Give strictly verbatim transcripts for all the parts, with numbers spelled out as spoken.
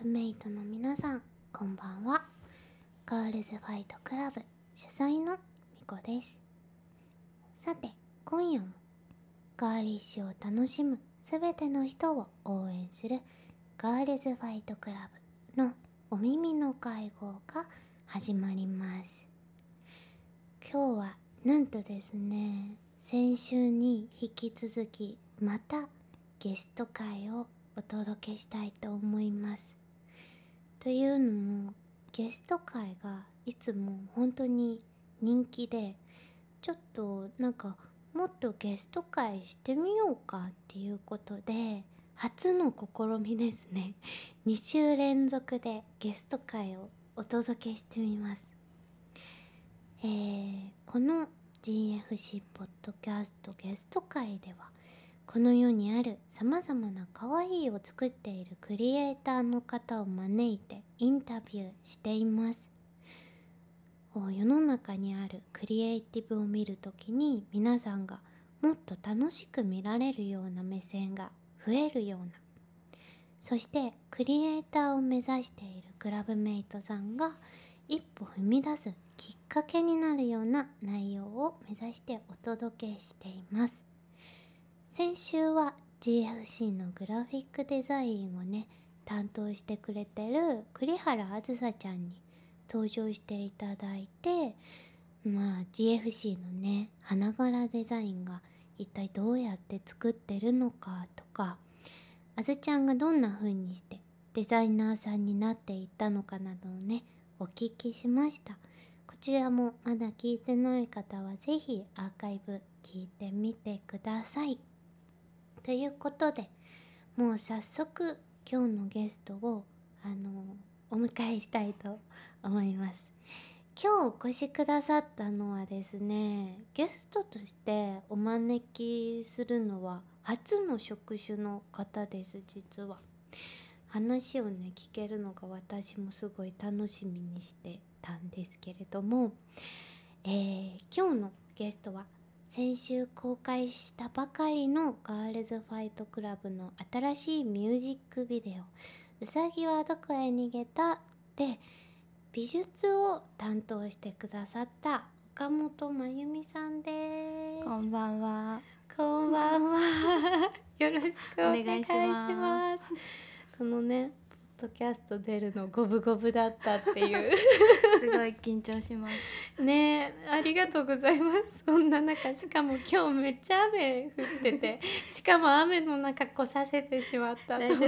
メイトの皆さん、こんばんは。ガールズファイトクラブ主催のみこです。さて、今夜もガーリッシュを楽しむすべての人を応援するガールズファイトクラブのお耳の会合が始まります。今日はなんとですね、先週に引き続きまたゲスト会をお届けしたいと思います。というのもゲスト会がいつも本当に人気で、ちょっとなんかもっとゲスト会してみようかっていうことで初の試みですね。に週連続でゲスト会をお届けしてみます。えー、この ジーエフシー ポッドキャストゲスト会では、この世にあるさまざまな可愛いを作っているクリエイターの方を招いてインタビューしています。世の中にあるクリエイティブを見るときに、皆さんがもっと楽しく見られるような目線が増えるような、そしてクリエイターを目指しているクラブメイトさんが一歩踏み出すきっかけになるような内容を目指してお届けしています。先週は ジーエフシー のグラフィックデザインをね担当してくれてる栗原あずさちゃんに登場していただいて、まあ ジーエフシー のね花柄デザインが一体どうやって作ってるのかとか、あずちゃんがどんな風にしてデザイナーさんになっていったのかなどをねお聞きしました。こちらもまだ聞いてない方はぜひアーカイブ聞いてみてください。ということで、もう早速今日のゲストをあのお迎えしたいと思います。今日お越しくださったのはですね、ゲストとしてお招きするのは初の職種の方です。実は話をね聞けるのが私もすごい楽しみにしてたんですけれども、えー、今日のゲストは先週公開したばかりのガールズファイトクラブの新しいミュージックビデオ「うさぎはどこへ逃げた」で美術を担当してくださった岡本真由美さんです。 こんばんは。 こんばんは。よろしくお願いします。このねポッドキャスト出るの五分五分だったっていうすごい緊張しますね。えありがとうございます。そんな中、しかも今日めっちゃ雨降っててしかも雨の中来させてしまったと思って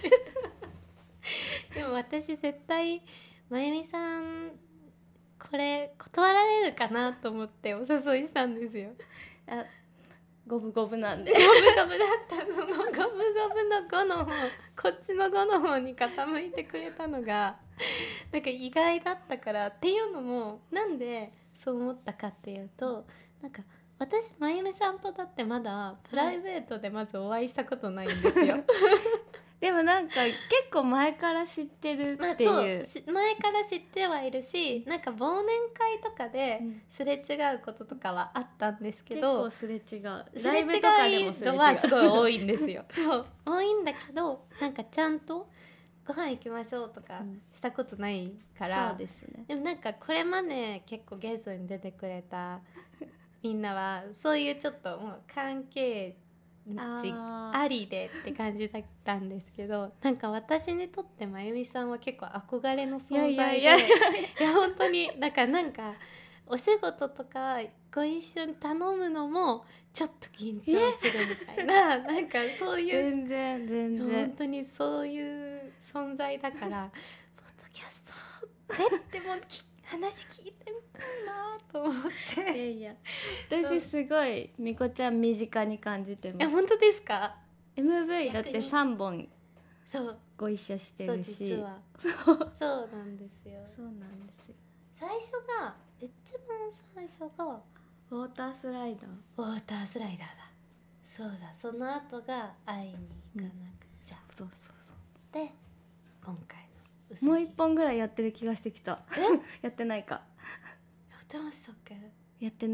でも私絶対まゆみさんこれ断られるかなと思ってお誘いしたんですよ。 あ、五分五分なんで五分五分だった。その五分五分の五の方、こっちの五の方に傾いてくれたのがなんか意外だったから。っていうのもなんでそう思ったかっていうと、なんか私まゆみさんとだってまだプライベートでまずお会いしたことないんですよ、はい、 でもなんか結構前から知ってるっていう、まあ、そう前から知ってはいるし、なんか忘年会とかですれ違うこととかはあったんですけど、 結構すれ違うすれ違いのはすごい多いんですよそう多いんだけど、なんかちゃんとご飯行きましょうとかしたことないから、 うん、そうですね。 でもなんかこれまで結構ゲストに出てくれたみんなはそういうちょっともう関係値ありでって感じだったんですけど、なんか私にとってまゆみさんは結構憧れの存在で、いやいやいやいや本当になんかなんかお仕事とかご一緒に頼むのもちょっと緊張するみたいななんかそういう全然全然本当にそういう存在だからポッドキャストでっても話聞いてみたいなと思っていやいや私すごいみこちゃん身近に感じてます。 え本当ですか？ エムブイ だってさんぼんそうご一緒してるし、 そう実はそうなんですよ。 そうなんですよ。 最初が一番最初がウォータースライダーウォータースライダーだ。そうだ、その後が会いに行かなくちゃ、 うん、そうそうそうで今回のうさぎもう一本ぐらいやってる気がしてきたやってないかやってましたっけ？ やってないね。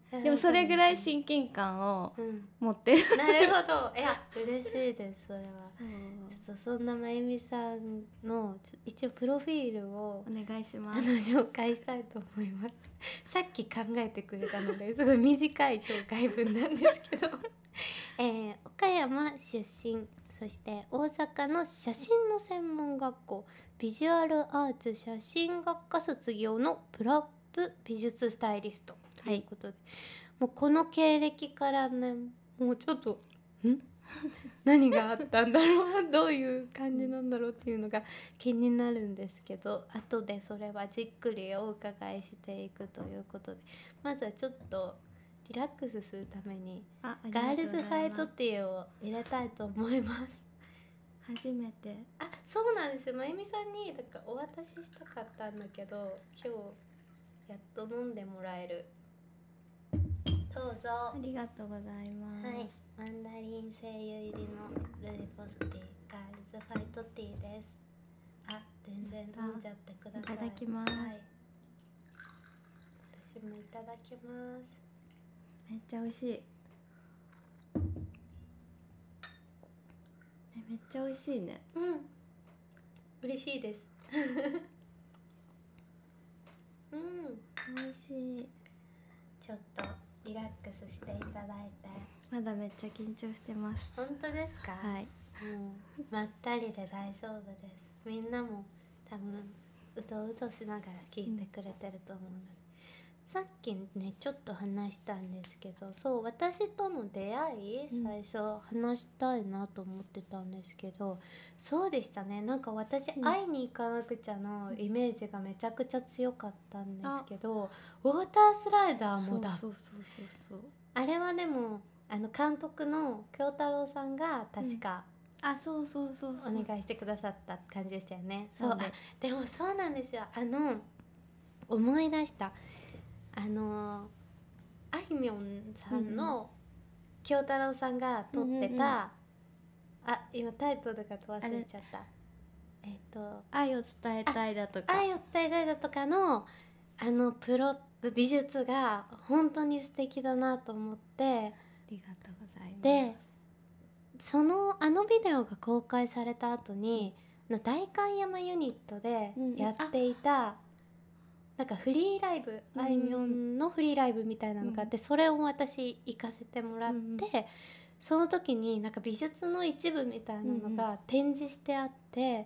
でもそれぐらい親近感をうん持ってる。 なるほど。いや嬉しいですそれは。ちょっとそんなまゆみさんのちょ一応プロフィールをお願いしまあのす。 紹介したいと思います。さっき考えてくれたのですごい短い紹介文なんですけど、えー岡山出身、そして大阪の写真の専門学校ビジュアルアーツ写真学科卒業のプラップ美術スタイリストということで、もうこの経歴からね、もうちょっとん何があったんだろうどういう感じなんだろうっていうのが気になるんですけど、後でそれはじっくりお伺いしていくということで、まずはちょっとリラックスするためにあ、ありガーがとうございますルズファイトティーを入れたいと思います。 初めて。 あ、そうなんですよ。まゆみさんにだからお渡ししたかったんだけど、今日やっと飲んでもらえる。どうぞ。 ありがとうございます。 はい、マンダリン精油入りのルイボスティーガールズファイトティーです。あ、全然飲んじゃってください。 いただきます。 はい、私もいただきます。 めっちゃ美味しい。え、めっちゃ美味しいね。 うん、嬉しいです。うん、 美味しい。 ちょっとリラックスしていただいて。 まだめっちゃ緊張してます。 本当ですか？ はい。 もうまったりで大丈夫です。みんなも多分うとうとしながら聞いてくれてると思うので、うん、さっきねちょっと話したんですけど、そう私との出会い、 うん、 最初話したいなと思ってたんですけど、そうでしたね。なんか私、 うん、 会いに行かなくちゃのイメージがめちゃくちゃ強かったんですけど、ウォータースライダーもだ。 そうそうそうそうそう。 あれはでもあの監督の京太郎さんが確か、 うん、あ、そうそうそうそう、 お願いしてくださった感じでしたよね。 そう、 あ、でもそうなんですよ。あの思い出した、あのあいみょんさんの京太郎さんが撮ってた、うんうんうん、あ、今タイトルが忘れちゃった。えっと愛を伝えたいだとか、 愛を伝えたいだとかのあのプロップ美術が本当に素敵だなと思って。 ありがとうございます。 でそのあのビデオが公開された後に、の代官山ユニットでやっていた、うん、なんかフリーライブ、うん、あいみょんのフリーライブみたいなのがあって、うん、それを私行かせてもらって、うん、その時になんか美術の一部みたいなのが展示してあって、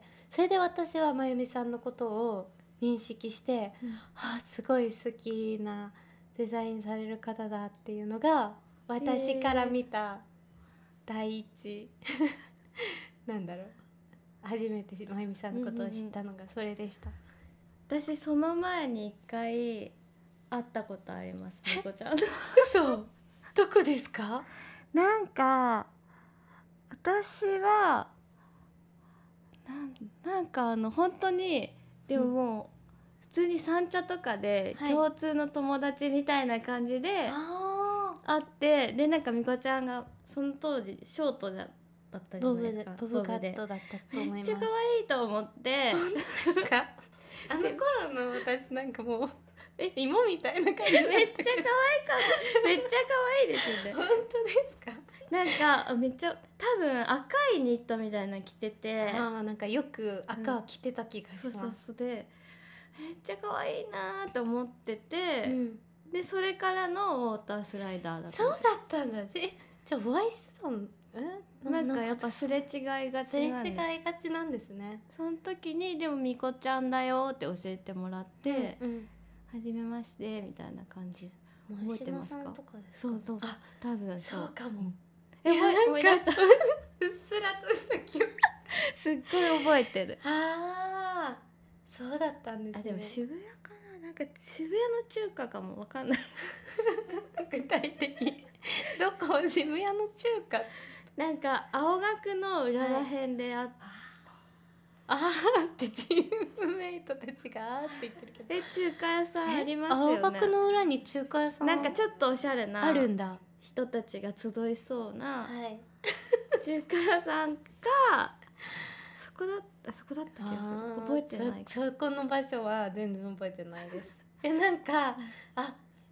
それで私はまゆみさんのことを認識して、うん、あ、すごい好きなデザインされる方だっていうのが私から見た第一なんだろう、初めてまゆみさんのことを知ったのがそれでした。 うんうん、私その前に一回会ったことあります、みこちゃん。 嘘、どこですか？ なんか私はなんなんかあの本当にでももう、うん、普通に三茶とかで共通の友達みたいな感じで会って、はい、でなんかみこちゃんがその当時ショートだったじゃないですか。 ボブカットだったと思います。 めっちゃ可愛いと思って。 本当ですか？あの頃の私なんかもうえ芋みたいな感じでめっちゃ可愛かっためっちゃ可愛いですよね。 本当ですか？ なんかめっちゃ多分赤いニットみたいなの着てて、 ああ、なんかよく赤は着てた気がします。 うん、そうそうでめっちゃ可愛いなと思ってて、うん、でそれからのウォータースライダーだった。 そうだったんだ。え、じゃあお会いしてたの？ えなんかやっぱすれ違いがちなんで、 すれ違いがちなんですね。 その時にでもみこちゃんだよって教えてもらって、うんうん、はじめましてみたいな感じ覚えてますか？そうそう、あ、多分そう、 そうかも。 え、思い出した。うっすらとした記憶すっごい覚えてる。 ああ、そうだったんですね。 あ、でも渋谷かな、なんか渋谷の中華かもわかんない具体的どこ？渋谷の中華なんか青学の裏らへんであっ、はい、 あーってチームメイトたちがあーって言ってるけど、 え、中華屋さんありますよね。 青学の裏に中華屋さんなんかちょっとおしゃれなあるんだ。 人たちが集いそうな、 はい、 中華屋さんかそこだったそこだった気がする。覚えてない。 そ, そこの場所は全然覚えてないです。え、なんかあ、まゆみ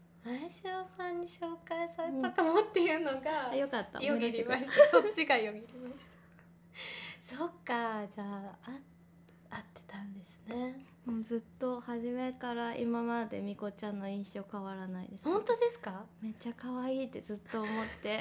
潮さんに紹介されたかもっていうのが、 あよかったよぎりまし思い出してたそっちがよぎりましたそっか、じゃああ合ってたんですね。 もうずっと初めから今までみこちゃんの印象変わらないです。 本当ですか？ めっちゃ可愛いってずっと思って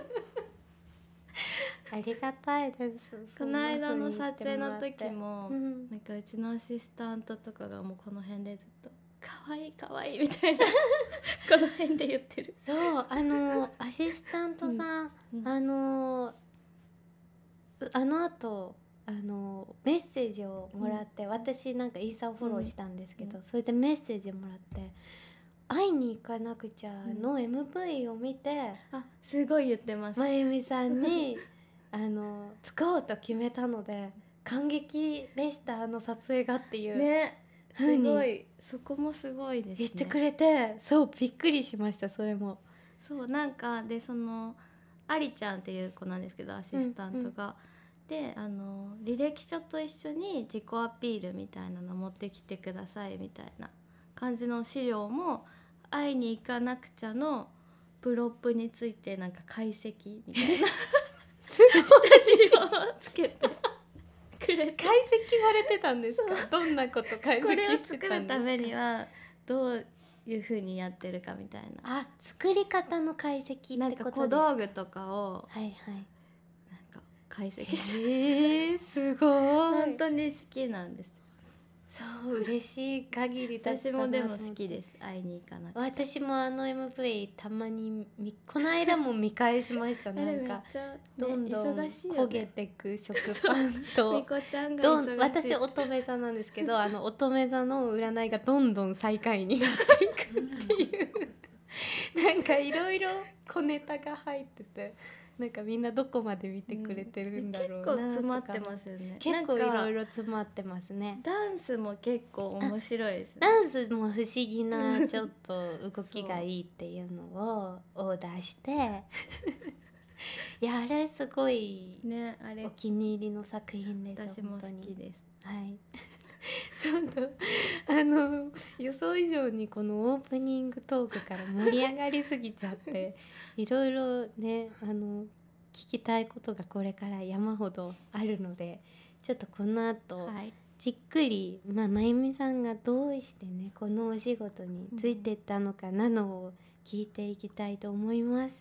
ありがたいです。 この間の撮影の時も、 うん、 なんかうちのアシスタントとかがもうこの辺でずっと可愛い可愛いみたいなこの辺で言ってる。 そうあのアシスタントさん、うん、あのあの後あのメッセージをもらって、うん、私なんかインスタをフォローしたんですけど、うん、それでメッセージもらって「会いに行かなくちゃ」の エムブイ を見て、うん、 あすごい言ってます。 まゆみさんにあの使おうと決めたので感激でしたあの撮影がっていうね、すごいそこもすごいですね言ってくれて、そうびっくりしました。それもそうなんかでそのありちゃんっていう子なんですけどアシスタントが、うんうんであの履歴書と一緒に自己アピールみたいなの持ってきてくださいみたいな感じの資料も会いに行かなくちゃのプロップについてなんか解析みたいなすごい資料をつけてくれて解析されてたんですか？どんなこと解析してたんですか？ これを作るためにはどういう風にやってるかみたいな、 あ作り方の解析ってことですか？ なんか小道具とかをはいはい解析して、 えー、すごい本当に好きなんです。 そう嬉しい限りだったなと思って。 私もでも好きです。会いに行かなくて。 私もあの エムブイ たまにこの間も見返しましたなんか、ね、どんどん焦げてく食パンとみこちゃんがどん私乙女座なんですけどあの乙女座の占いがどんどん最下位になっていくっていうなんかいろいろ小ネタが入っててなんかみんなどこまで見てくれてるんだろうな、 うん、結構詰まってますよね。 結構いろいろ詰まってますね。 ダンスも結構面白いですね。 ダンスも不思議なちょっと動きがいいっていうのをオーダーしていやあれすごい、ね、あれお気に入りの作品です。 私も好きです。 はいそうとあの予想以上にこのオープニングトークから盛り上がりすぎちゃっていろいろねあの聞きたいことがこれから山ほどあるのでちょっとこの後、はい、じっくり、まあ、まゆみさんがどうしてねこのお仕事についてったのかなのを聞いていきたいと思います。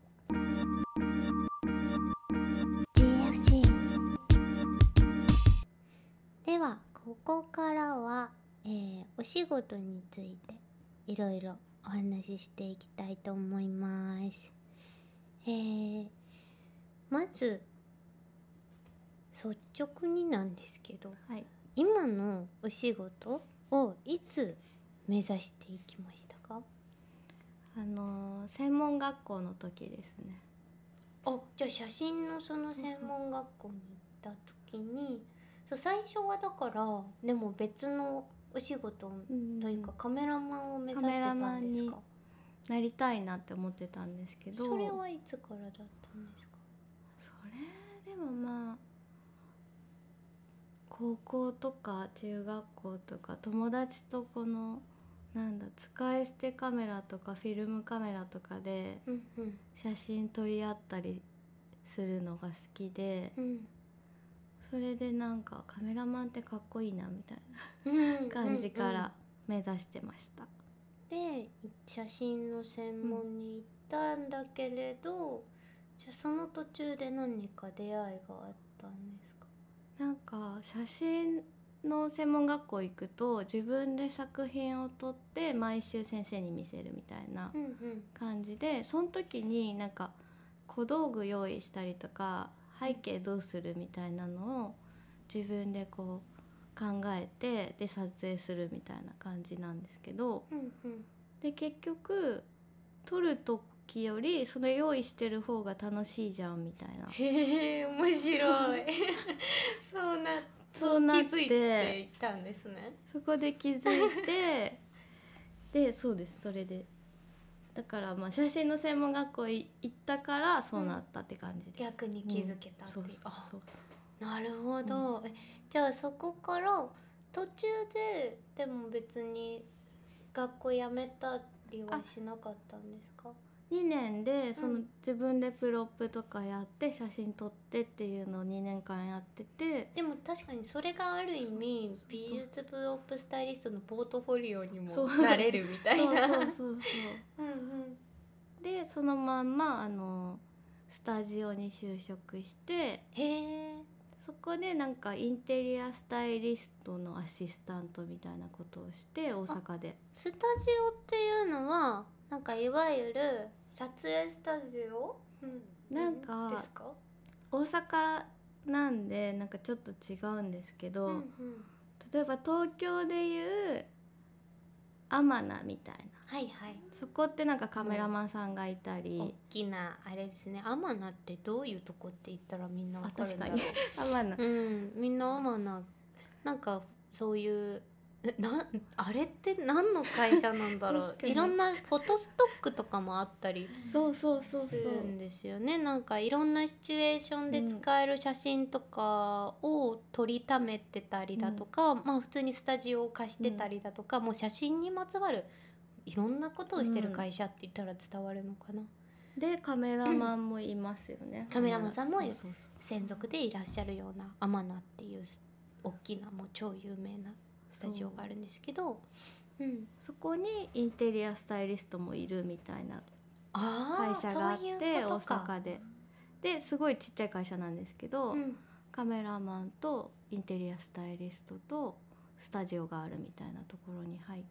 ジーエフシー ではここからは、えー、お仕事についていろいろお話ししていきたいと思います。えー、まず率直になんですけど、はい、今のお仕事をいつ目指していきましたか？ あのー、専門学校の時ですね。 あ、じゃあ写真のその専門学校に行った時にそう最初はだからでも別のお仕事というか、うん、カメラマンを目指してたんですか？ なりたいなって思ってたんですけど。 それはいつからだったんですか？ それでもまあ高校とか中学校とか友達とこのなんだ使い捨てカメラとかフィルムカメラとかで写真撮り合ったりするのが好きで、うん、それでなんかカメラマンってかっこいいなみたいな感じから目指してました。 で写真の専門に行ったんだけれど、うん、じゃあその途中で何か出会いがあったんですか？ なんか写真の専門学校行くと自分で作品を撮って毎週先生に見せるみたいな感じで、うんうん、その時になんか小道具用意したりとか背景どうするみたいなのを自分でこう考えてで撮影するみたいな感じなんですけど、うんうん、で結局撮る時よりその用意してる方が楽しいじゃんみたいな。 へえ面白いそうなそうなって気づいていったんですね。 そこで気づいてでそうですそれでだからまあ写真の専門学校行ったからそうなったって感じで、 うん、逆に気づけたっていう、うん、そうそうそうなるほど、うん、えじゃあそこから途中ででも別に学校辞めたりはしなかったんですか？ にねんでその、 うん、 自分でプロップとかやって写真撮ってっていうのをにねんかんやってて。 でも確かにそれがある意味美術プロップスタイリストのポートフォリオにもなれるみたいな。 そうそうそうそううんうん。 でそのまんまあのスタジオに就職して、 へえ。 そこでなんかインテリアスタイリストのアシスタントみたいなことをして大阪で。 スタジオっていうのはなんかいわゆる撮影スタジオ、うん、 なんかですか？ 大阪なんでなんかちょっと違うんですけど、 うんうん、 例えば東京でいうアマナみたいな、 はいはい、 そこってなんかカメラマンさんがいたり、 大きなあれですね。アマナってどういうとこって言ったらみんなわあかるんだろう。 確かにアマナ、 うん、みんなアマナなんかそういうえなあれって何の会社なんだろう。 確かにいろんなフォトストックとかもあったりそうそうそうするんそうですよね。なんかいろんなシチュエーションで使える写真とかを撮りためてたりだとか、まあ普通にスタジオを貸してたりだとか、もう写真にまつわるいろんなことをしてる会社って言ったら伝わるのかな。 でカメラマンもいますよね、 カメラマンさんもそうそうそう専属でいらっしゃるようなアマナっていう大きなもう超有名なスタジオがあるんですけど、うん、 そこにインテリアスタイリストもいるみたいなあ会社があってそういうことか。 大阪でですごいちっちゃい会社なんですけど、 うん、 カメラマンとインテリアスタイリストとスタジオがあるみたいなところに入って、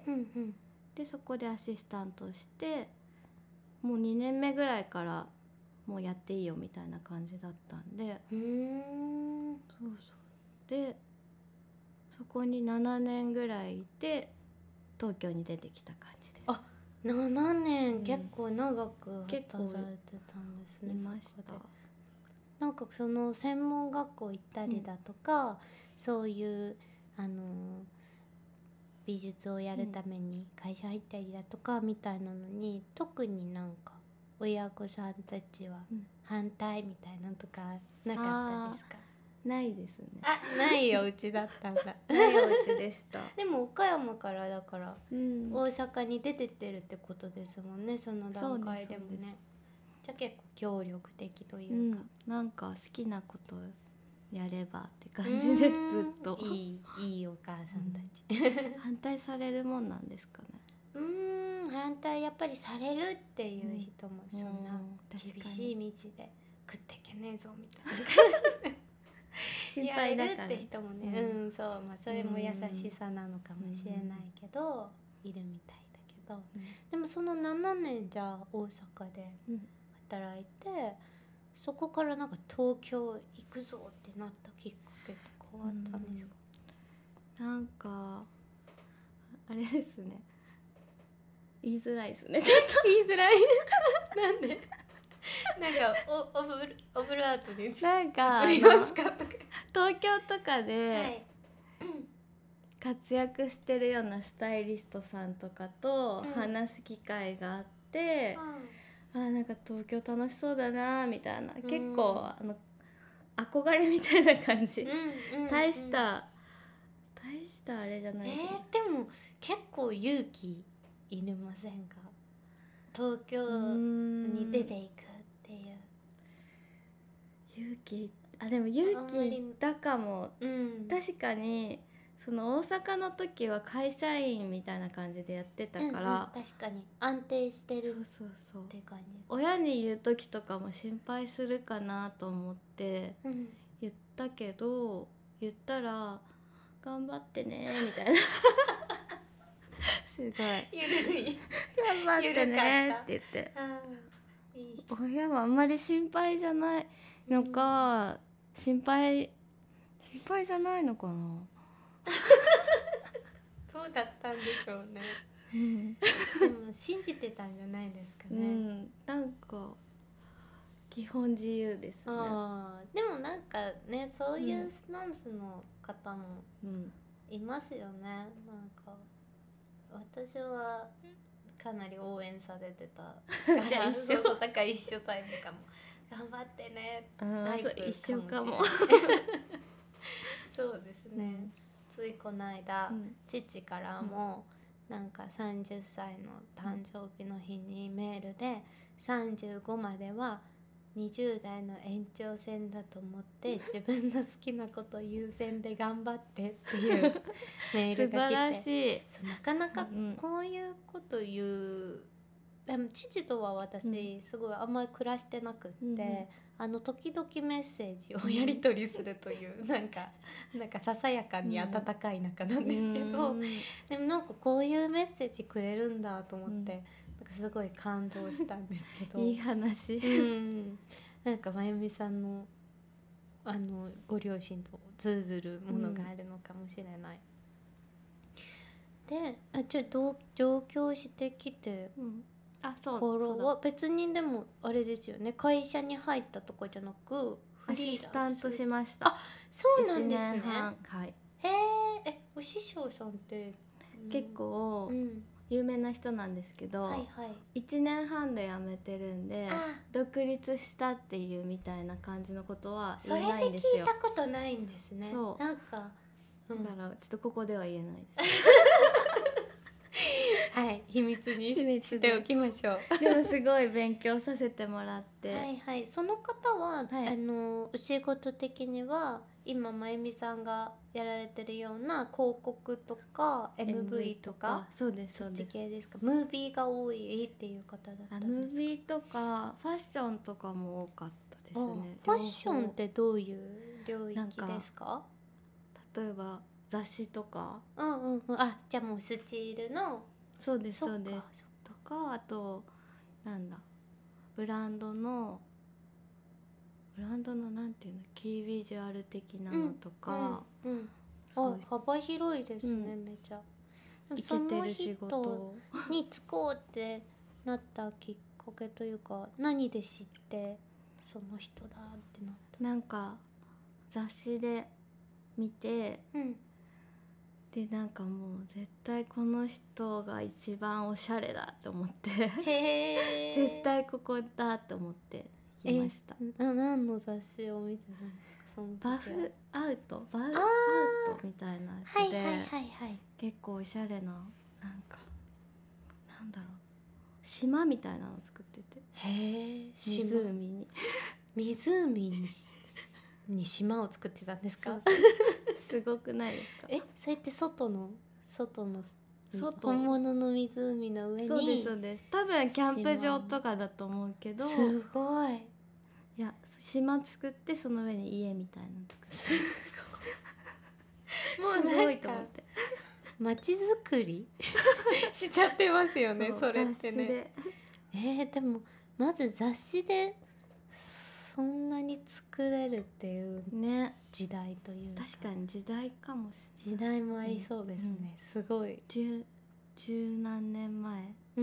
うんうん、 でそこでアシスタントしてもうにねんめぐらいからもうやっていいよみたいな感じだったんで、 うーん、 そうそうでそこにななねんぐらいいて東京に出てきた感じです。 あ、ななねん、 うん結構長く働いて結構たんですね。 いました。 そこでなんかその専門学校行ったりだとか、うん、そういうあの美術をやるために会社入ったりだとかみたいなのに、うん、特になんか親御さんたちは反対みたいなのとかなかったですか？ ないですね。 あ、ないお家だったんだ。 ないお家でした。 でも岡山からだから、 うん、 大阪に出てってるってことですもんね、その段階でもね。じゃあ結構協力的というか、 うん、なんか好きなことやればって感じでずっといいいいお母さんたち、 うん、反対されるもんなんですかね。 うーん、反対やっぱりされるっていう人も、そんな厳しい道で食ってけねえぞみたいな感じで心配だからやるって人もね、うん、うん、そう、まあそれも優しさなのかもしれないけど、うん、いるみたいだけど、うん、でもそのななねんじゃあ大阪で働いて、うん、そこからなんか東京行くぞってなったきっかけとかはあったんですか？ うん、なんかあれですね、言いづらいですね、ちょっと言いづらいなんでなんかオブオブラートでなんか東京とかで活躍してるようなスタイリストさんとかと話す機会があって、うん、あなんか東京楽しそうだなみたいな、うん、結構あの憧れみたいな感じ、うんうん、大した大したあれじゃない、 えー、でも結構勇気いりませんか？東京に出ていくっていう勇気、あでも勇気だかも、うん、確かにその大阪の時は会社員みたいな感じでやってたから、 うんうん、確かに安定してるって感じ。 そうそうそう親に言う時とかも心配するかなと思って言ったけど、うん、言ったら頑張ってねみたいなすごいゆるい頑張ってねって言って、いい親はあんまり心配じゃないのか、うん、心配心配じゃないのかなどうだったんでしょうね、うん、でも信じてたんじゃないですかね、うん、 なんか基本自由ですね。 あでもなんかね、そういうスタンスの方もいますよね、うん、なんか私はかなり応援されてたじゃあ一緒そうだから一緒タイプかも頑張ってねタイプかもしれない一緒かもそうですね、うん、ついこの間、うん、父からも、 なんかさんじゅっさいの誕生日の日にメールでさんじゅうごまではにじゅう代の延長線だと思って自分の好きなこと優先で頑張ってっていうメールが来て、 素晴らしい。 そうなかなかうんこういうこと言う、でも父とは私すごいあんまり暮らしてなくって、 うんうん、 あの時々メッセージをやり取りするという、うん、なんかなんかささやかに温かい仲なんですけど、うん、でもなんかこういうメッセージくれるんだと思って、うん、なんかすごい感動したんですけどいい話、 うん、なんかまゆみさんのあのご両親と通ずるものがあるのかもしれない、うん、であじゃあ上京してきて、 うんあそう頃は別にでもあれですよね、会社に入ったとかじゃなくアシスタントしました。 あ、そうなんですね。 いちねんはん、はい、 へーえ、お師匠さんって、 うん、結構有名な人なんですけど、はいはい、いちねんはんで辞めてるんで独立したっていうみたいな感じのことは言えないんですよ。 それで聞いたことないんですね。そうなんか、 うん、だからちょっとここでは言えないですはい、秘密にしておきましょうでもすごい勉強させてもらってはいはい、その方は、はい、あのお仕事的には今まゆみさんがやられてるような広告とか エムブイ とか、 そうですそっち系ですか？ムービーが多いっていう方だったんですか？ ムービーとかファッションとかも多かったですね。 ファッションってどういう領域ですか？ 例えば雑誌とか、 うんうんうん、あ、じゃあもうスチールの、 そうですそうですとか、あとなんだブランドのブランドのなんていうのキービジュアル的なのとか、 うんうんうん、あ幅広いですね、うん、めちゃイケてる仕事に就こうってなったきっかけというか何で知ってその人だってなった？ なんか雑誌で見て、うん、でなんかもう絶対この人が一番おしゃれだと思ってへ絶対ここだと思って行きました。 な何の雑誌を見てたんですか？そのバフアウトバフアウトみたいなやつで、はいはいはいはい、結構おしゃれななんかなんだろう島みたいなの作ってて、 へえ湖に湖にに島を作ってたんですか？ そうそうすごくないですか？ え、それって外の外の外本物の湖の上に？ そうですそうです。多分キャンプ場とかだと思うけど、 すごい。 いや島作ってその上に家みたいなの作ってすごいもうなんか街づくりしちゃってますよね そ, それってね。でえー、でもまず雑誌でそんなに作れるっていう時代というか、 ね、確かに時代かもしれない。時代もありそうですね、うん、すごい十十何年前、 うん、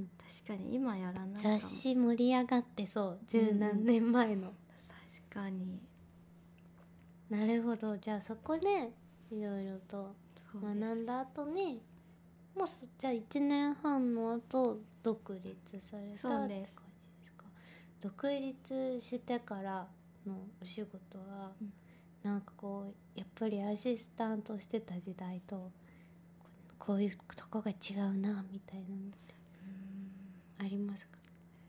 確かに今やらないかも。 雑誌盛り上がってそう十何年前の、うん、 確かに。 なるほど。じゃあそこでいろいろと学んだ後にもうじゃあいちねんはんの後独立されたって感じですか？独立してからのお仕事は、うん、なんかこうやっぱりアシスタントしてた時代とこういうとこが違うなみたいなのってありますか？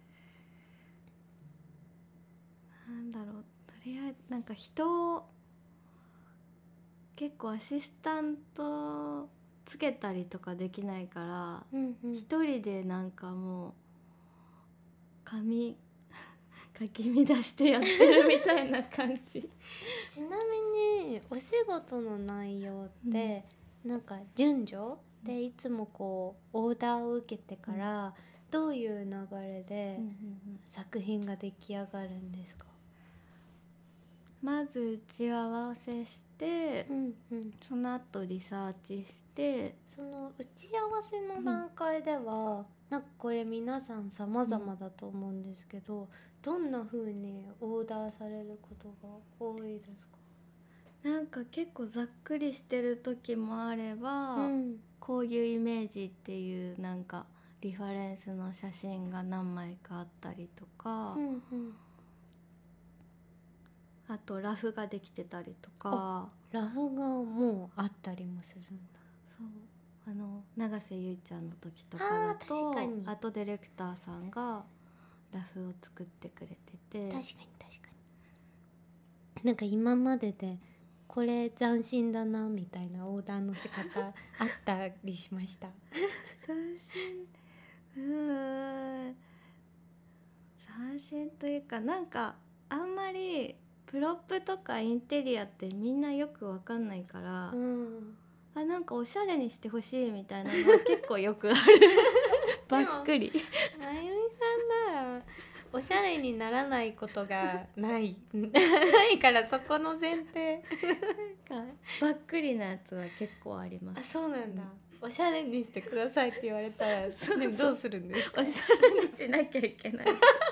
なんだろう、とりあえずなんか人を結構アシスタントつけたりとかできないから、うんうん、一人でなんかもう髪かき乱してやってるみたいな感じちなみにお仕事の内容って、うん、なんか順序でいつもこうオーダーを受けてから、うん、どういう流れで作品が出来上がるんですか？ まず打ち合わせして、うんうん、その後リサーチして、 その打ち合わせの段階では、うん、なんかこれ皆さん様々だと思うんですけど、うん、どんな風にオーダーされることが多いですか？ なんか結構ざっくりしてる時もあれば、うん、こういうイメージっていうなんかリファレンスの写真が何枚かあったりとか、うんうん、あとラフができてたりとか。 ラフがもうあったりもするんだ。 そう、 あの永瀬ゆいちゃんの時とかあだー確とかにアートディレクターさんがラフを作ってくれてて、 確かに確かに。なんか今まででこれ斬新だなみたいなオーダーの仕方あったりしました？ 斬新、うーん斬新というか、なんかあんまりプロップとかインテリアってみんなよくわかんないから、 うん、 あなんかおしゃれにしてほしいみたいなのは結構よくあるばっくりまゆみさんならおしゃれにならないことがないないからそこの前提なんかばっくりなやつは結構ありまあ、 す。 そうなんだ、うん、おしゃれにしてくださいって言われたらそうそうでもどうするんですか？ おしゃれにしなきゃいけない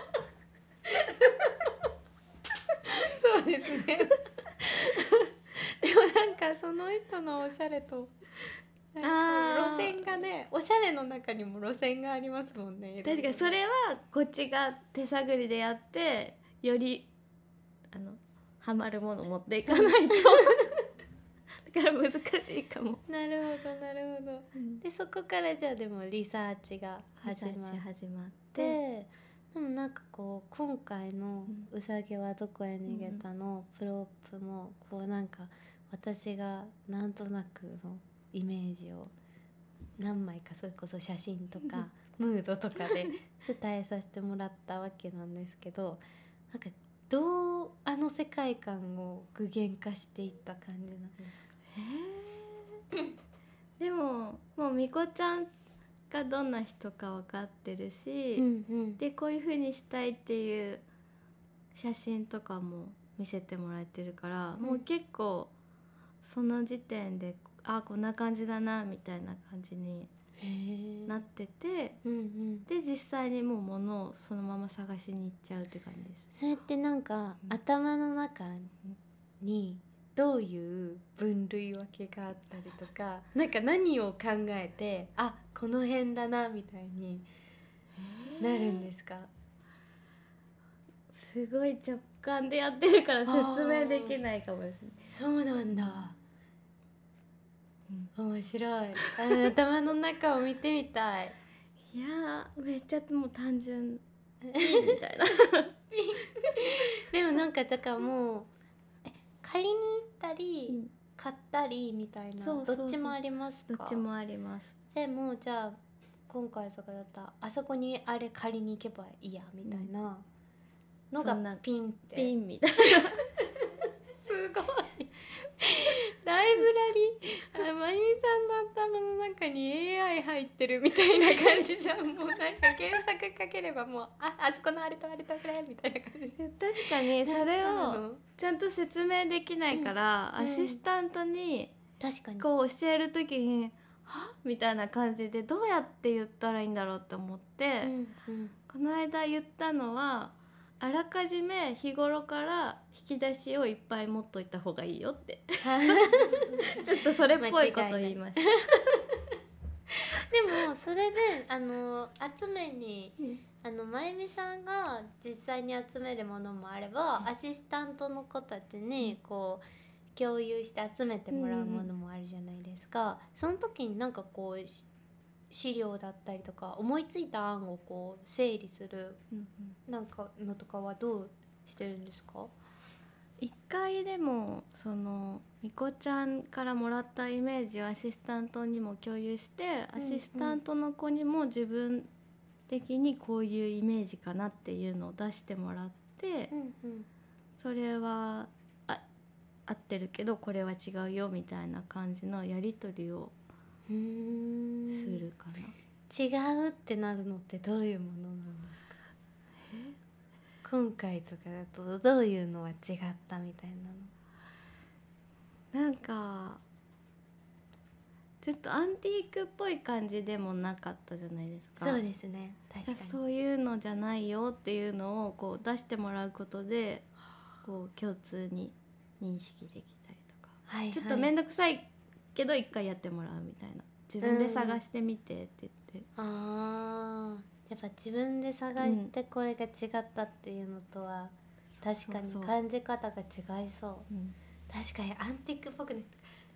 そうですねでもなんかその人のおしゃれとなんか路線がね、おしゃれの中にも路線がありますもんね。 確かにそれはこっちが手探りでやってよりあのハマるもの持っていかないとだから難しいかも。 なるほどなるほど、うん、でそこからじゃあでもリサーチが始まって始まってでもなんかこう今回の「うさぎはどこへ逃げた」のプロップもこうなんか私がなんとなくのイメージを何枚かそれこそ写真とかムードとかで伝えさせてもらったわけなんですけど、なんかどうあの世界観を具現化していった感じなんですか？ へーでももうみこちゃんがどんな人か分かってるし、 うんうん、 でこういう風にしたいっていう写真とかも見せてもらえてるから、うん、もう結構その時点であこんな感じだなみたいな感じになってて、 うんうん、 で実際にもう物をそのまま探しに行っちゃうって感じです。 それってなんか、うん、頭の中にどういう分類分けがあったりとか、なんか何を考えてあこの辺だなみたいになるんですか？ すごい直感でやってるから説明できないかもですね。 そうなんだ、うん、面白い頭の中を見てみたい。 いやめっちゃもう単純みたいなでもなんかだからもう借りに行ったり、うん、買ったりみたいな、そうそうそう、どっちもありますか？ どっちもあります。 でもじゃあ今回とかだったらあそこにあれ借りに行けばいいやみたいなのがピンってピンみたいなすごいライブラリー、まゆみさんの頭の中に エーアイ 入ってるみたいな感じじゃん。もうなんか検索かければもう あ, あそこのあれとあれとこれみたいな感じで、 確かにそれをちゃんと説明できないから、うん、アシスタントにこう教える時にはみたいな感じでどうやって言ったらいいんだろうって思って、うんうん、この間言ったのはあらかじめ日頃から引き出しをいっぱい持っといた方がいいよってちょっとそれっぽいこと言いましたでもそれであの集めに、うん、あのまゆみさんが実際に集めるものもあれば、うん、アシスタントの子たちにこう共有して集めてもらうものもあるじゃないですか、うん、その時になんかこう資料だったりとか思いついた案をこう整理するなんかのとかはどうしてるんですか？ 一回でもそのみこちゃんからもらったイメージをアシスタントにも共有して、うんうん、アシスタントの子にも自分的にこういうイメージかなっていうのを出してもらって、うんうん、それはあ合ってるけどこれは違うよみたいな感じのやり取りをうーんするかな。 違うってなるのってどういうものなんですか？え今回とかだとどういうのは違ったみたいなの？なんかちょっとアンティークっぽい感じでもなかったじゃないですか。 そうですね、確かにそういうのじゃないよっていうのをこう出してもらうことでこう共通に認識できたりとか、はいはい、ちょっと面倒くさいけど一回やってもらうみたいな、自分で探してみてって言って、 うん、あーやっぱ自分で探してこれが違ったっていうのとは、うん、確かに感じ方が違いそう、うん、確かにアンティークっぽくね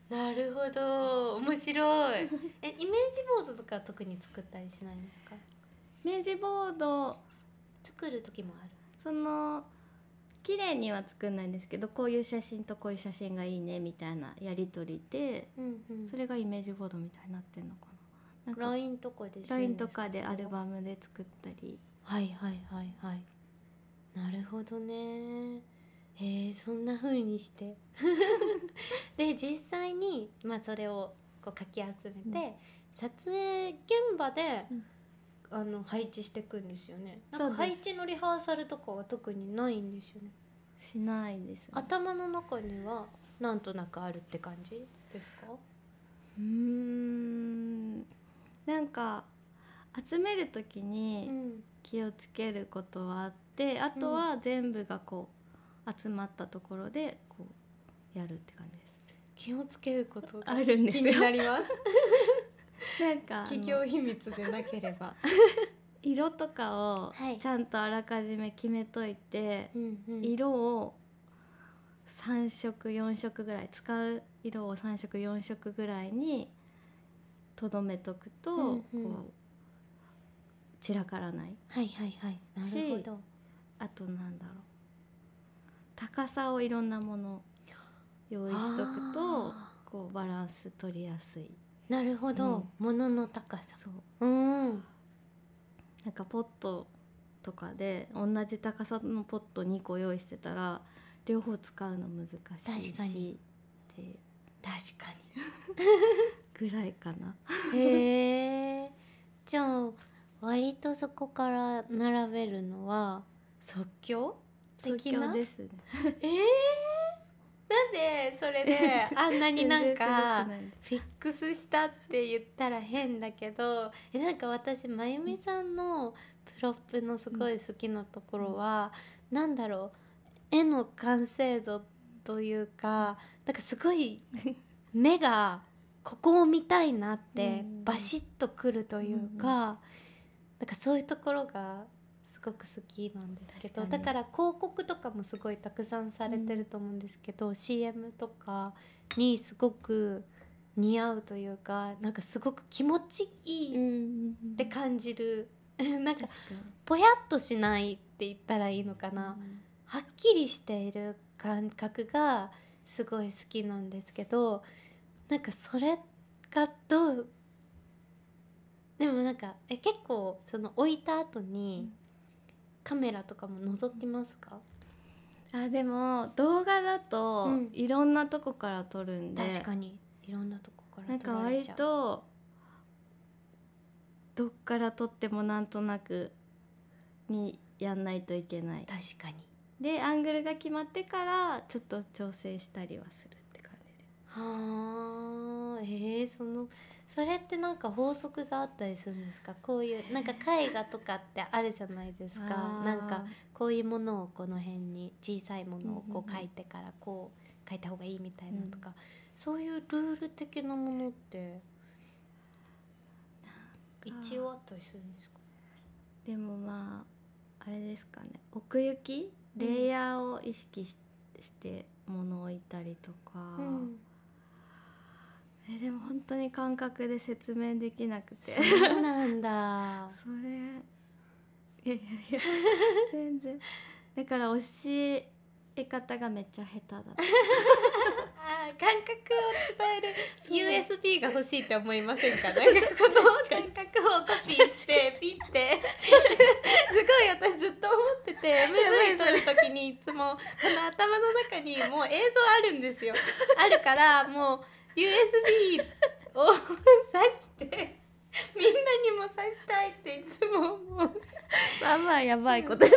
なるほど、面白い。え、イメージボードとか特に作ったりしないんですか？ イメージボード作る時もある？ その綺麗には作んないんですけど、こういう写真とこういう写真がいいねみたいなやり取りで、 うんうん、 それがイメージボードみたいになってんのかな。なんかライン とかでライン とかでアルバムで作ったり。 はいはいはいはい。なるほどね。へえ、そんな風にしてで実際に、まあ、それをこうかき集めて、うん、撮影現場で、うん、あの配置していくんですよね。なんか配置のリハーサルとかは特にないんですよね。 しないですね。 頭の中にはなんとなくあるって感じですか？ うーん、なんか集める時に気をつけることはあって、うん、あとは全部がこう集まったところでこうやるって感じです。 気をつけることがあるんですよ。 気になりますなんか企業秘密でなければ色とかをちゃんとあらかじめ決めといて、はい、色をさん色よん色ぐらい、使う色をさん色よん色ぐらいにとどめとくと、うんうん、こう散らからない。 はいはいはい、なるほど。 あとなんだろう、高さをいろんなもの用意しとくとこうバランス取りやすい。 なるほど、うん、物の高さ。 そう、うん、なんかポットとかで同じ高さのポットにこ用意してたら両方使うの難しいし、 確かにって確かにぐらいかな。 へえ。じゃあ割とそこから並べるのは即興的な？ 即興ですね。 えー、なんでそれであんなになんかフィックスしたって言ったら変だけど、えなんか私まゆみさんのプロップのすごい好きなところは、うん、なんだろう、絵の完成度というか、なんかすごい目がここを見たいなってバシッとくるというか、なんかそういうところがすごく好きなんですけど、だから広告とかもすごいたくさんされてると思うんですけど、うん、シーエム とかにすごく似合うというか、なんかすごく気持ちいいって感じる、うん、なんかぽやっとしないって言ったらいいのかな、うん、はっきりしている感覚がすごい好きなんですけど、なんかそれがどう、でもなんかえ結構その置いた後にカメラとかも覗きますか？ あ、でも動画だといろんなとこから撮るんで、 うん、確かにいろんなとこから撮られちゃう。なんか割とどっから撮ってもなんとなくにやんないといけない。 確かに。 でアングルが決まってからちょっと調整したりはするって感じで。 はあ、えー、そのそれってなんか法則があったりするんですか？こういうなんか絵画とかってあるじゃないですか。なんかこういうものをこの辺に小さいものをこう描いてからこう描いた方がいいみたいなとか、うん、そういうルール的なものって一応あったりするんですか？ でもまああれですかね、奥行きレイヤーを意識 し,、うん、して物を置いたりとか、うん、えでも本当に感覚で説明できなくて。 そうなんだそれいやいやいや全然だから教え方がめっちゃ下手だった。 あ、感覚を伝える ユーエスビー が欲しいって思いませんか？なんかこの感覚をコピーしてピッてすごい私ずっと思ってて、 エムブイ 撮る時にいつもこの頭の中にもう映像あるんですよ。あるからもう ユーエスビー を挿してみんなにも挿したいっていつも思う。 まあまあやばいことです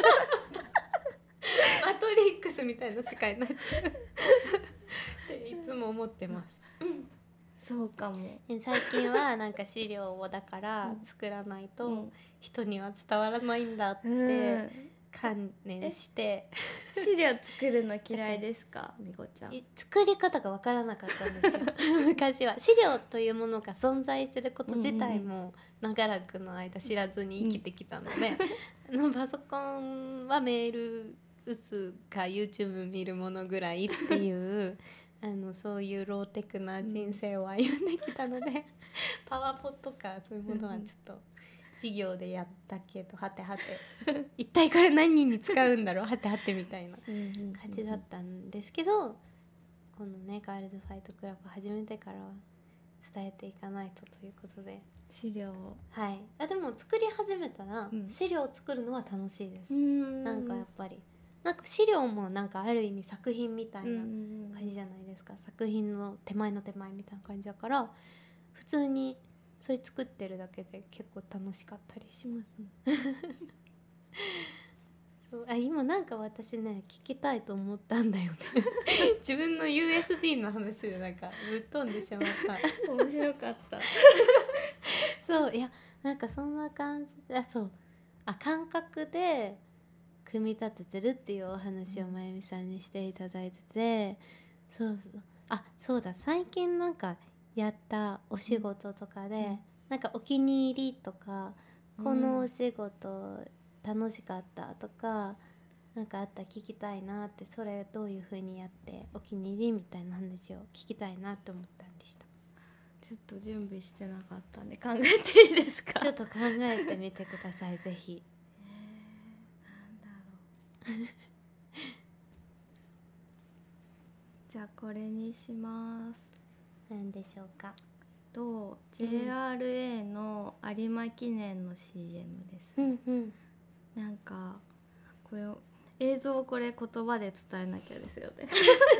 マトリックスみたいな世界になっちゃうっていつも思ってます、うん、 そうかも。 最近はなんか資料をだから作らないと人には伝わらないんだって観念して、 うん、資料作るの嫌いですか？みこちゃん。 作り方が分からなかったんですよ昔は資料というものが存在してること自体も長らくの間知らずに生きてきたので、うん、パソコンはメール打つか YouTube 見るものぐらいっていうあのそういうローテクな人生を歩んできたので、うん、パワポとかそういうものはちょっと授業でやったけど、はてはて一体これ何人に使うんだろうはてはてみたいな感じだったんですけど、このねガールズファイトクラブ始めてからは伝えていかないとということで、 資料を、 はい、あでも作り始めたら、うん、資料を作るのは楽しいです。 んなんかやっぱりなんか資料もなんかある意味作品みたいな感じじゃないですか。作品の手前の手前みたいな感じだから、普通にそれ作ってるだけで結構楽しかったりしますそう、あ今なんか私ね聞きたいと思ったんだよね自分の ユーエスビー の話でなんかぶっ飛んでしまった面白かったそういやなんかそんな感じで、あそうあ感覚で組み立ててるっていうお話をまゆみさんにしていただいてて、そうそうあそうだ最近なんかやったお仕事とかで、うん、なんかお気に入りとか、うん、このお仕事楽しかったとかなんかあったら聞きたいなって、それどういう風にやってお気に入りみたいな話を聞きたいなって思ったんでした。 ちょっと準備してなかったんで考えていいですか？ ちょっと考えてみてくださいぜひ。 えー、なんだろうじゃあこれにします。 何でしょうか？ と ジェイアールエー の有馬記念の シーエム です、 うんうん、 なんかこれ映像これ言葉で伝えなきゃですよね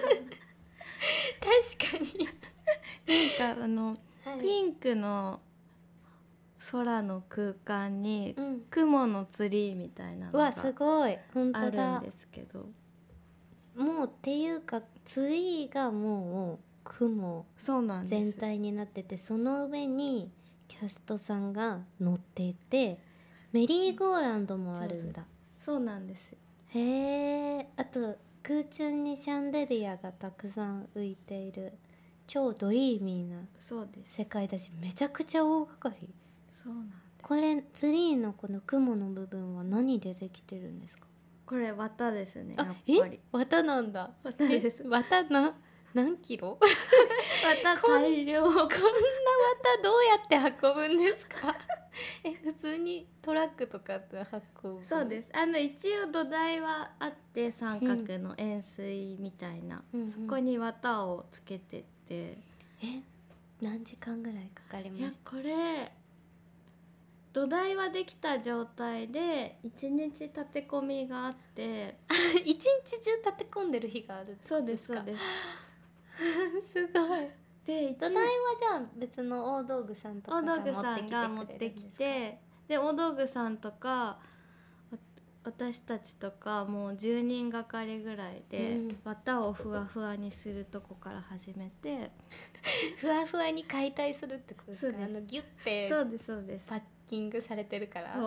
確かになんかあの、はい、ピンクの空の空間に、うん、雲のツリーみたいなのがすごい本当だあるんですけど、 もうっていうかツリーがもう雲全体になってて、 そ, その上にキャストさんが乗っていてメリーゴーランドもあるんだ。 そうなんですよ。 へえ。あと空中にシャンデリアがたくさん浮いている超ドリーミーな世界だし、めちゃくちゃ大掛かり。 そうなんです。 これツリーのこの雲の部分は何でできてるんですか？ これ綿ですね。やっぱりえ綿なんだ。 綿です。 綿な何キロ綿大量こんな綿どうやって運ぶんですかえ普通にトラックとかで運ぶ？ そうです。あの一応土台はあって三角の円錐みたいな、うん、そこに綿をつけてって、うんうん、え何時間ぐらいかかりました？ いやこれ土台はできた状態で一日立て込みがあって一日中立て込んでる日があるんですか？ そうですそうですすごい。 で土台はじゃあ別の大道具さんとかが持ってきてくれるんですか？大道具さんが持ってきて、 で大道具さんとか私たちとかもうじゅうにんがかりぐらいで、うん、綿をふわふわにするとこから始めてふわふわに解体するってことですか？あのギュッてそうですそうですパッキングされてるから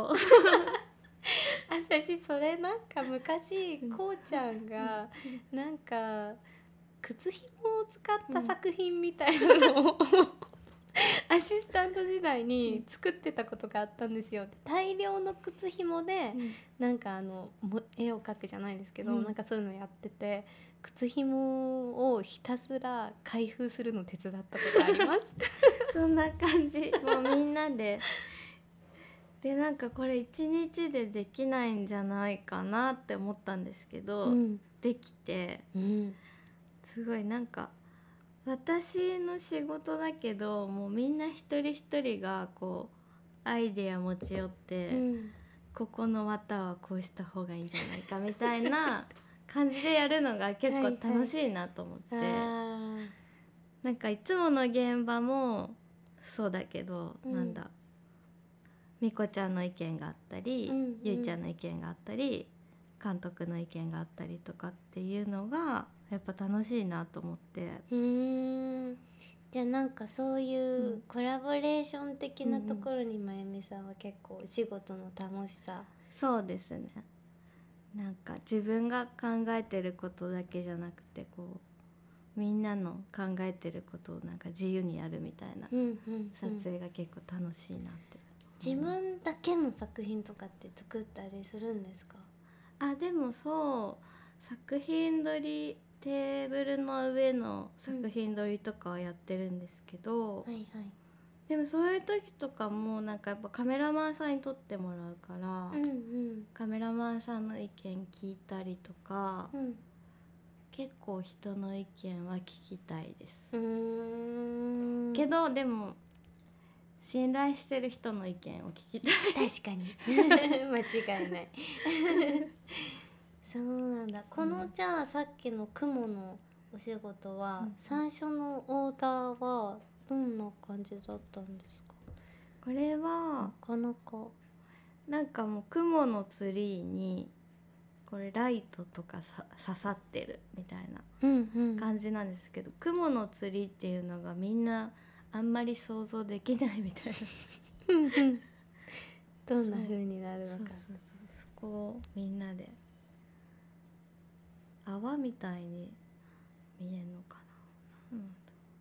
私それなんか昔こうちゃんがなんか靴ひもを使った作品みたいなのを、うん、アシスタント時代に作ってたことがあったんですよ。大量の靴ひもで、うん、なんかあの絵を描くじゃないですけど、うん、なんかそういうのやってて靴ひもをひたすら開封するの手伝ったことありますそんな感じ。もうみんなででなんかこれ一日でできないんじゃないかなって思ったんですけど、うん、できて、うん、すごいなんか私の仕事だけどもうみんな一人一人がこうアイデア持ち寄って、うん、ここの綿はこうした方がいいんじゃないかみたいな感じでやるのが結構楽しいなと思って、はいはい、なんかいつもの現場もそうだけど、うん、なんだみこちゃんの意見があったり、うんうん、ゆいちゃんの意見があったり監督の意見があったりとかっていうのがやっぱ楽しいなと思って。 うーんじゃあなんかそういうコラボレーション的なところにまゆみさんは結構お仕事の楽しさ、 うんうん、そうですね。なんか自分が考えてることだけじゃなくてこうみんなの考えてることをなんか自由にやるみたいな撮影が結構楽しいなって、うん自分だけの作品とかって作ったりするんですか？ あでもそう作品撮りテーブルの上の作品撮りとかはやってるんですけど、 はいはい。 でもそういう時とかもなんかやっぱカメラマンさんに撮ってもらうから、 うんうんカメラマンさんの意見聞いたりとか、 うん。 結構人の意見は聞きたいです、 うーん。 けどでも信頼してる人の意見を聞きたい。 確かに間違いないそうなんだ。この、 うんじゃあさっきの雲のお仕事は、 うん最初のオーダーはどんな感じだったんですか？ これなはかなか。 なんかもう雲のツリーにこれライトとかさ刺さってるみたいなうんうん。 感じなんですけど、雲のツリーっていうのがみんなあんまり想像できないみたいなうんうんどんな風になるのか。 そうそうそう、そこをみんなで泡みたいに見えるのかな、うん、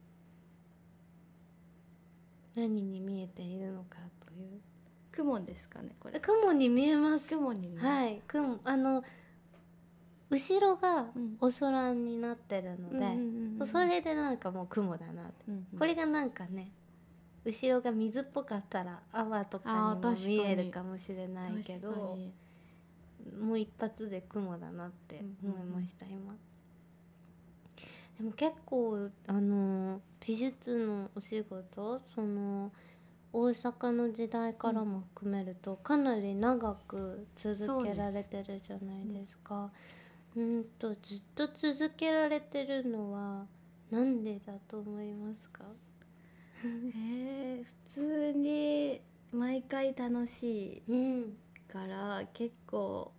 何に見えているのかという。 雲ですかねこれ。 雲に見えます。 雲に見える、 はい雲、あの後ろがうんお空になってるので、 うんうんうんうん、 それでなんかもう雲だなって、 うんうん、 これがなんかね後ろが水っぽかったら泡とかあーにも確かに見えるかもしれないけ確かど、 にもう一発で雲だなって思いました、今。でも結構あの美術のお仕事、その大阪の時代からも含めるとかなり長く続けられてるじゃないですか。うんとずっと続けられてるのはなんでだと思いますか？ えー、普通に毎回楽しうんいから結構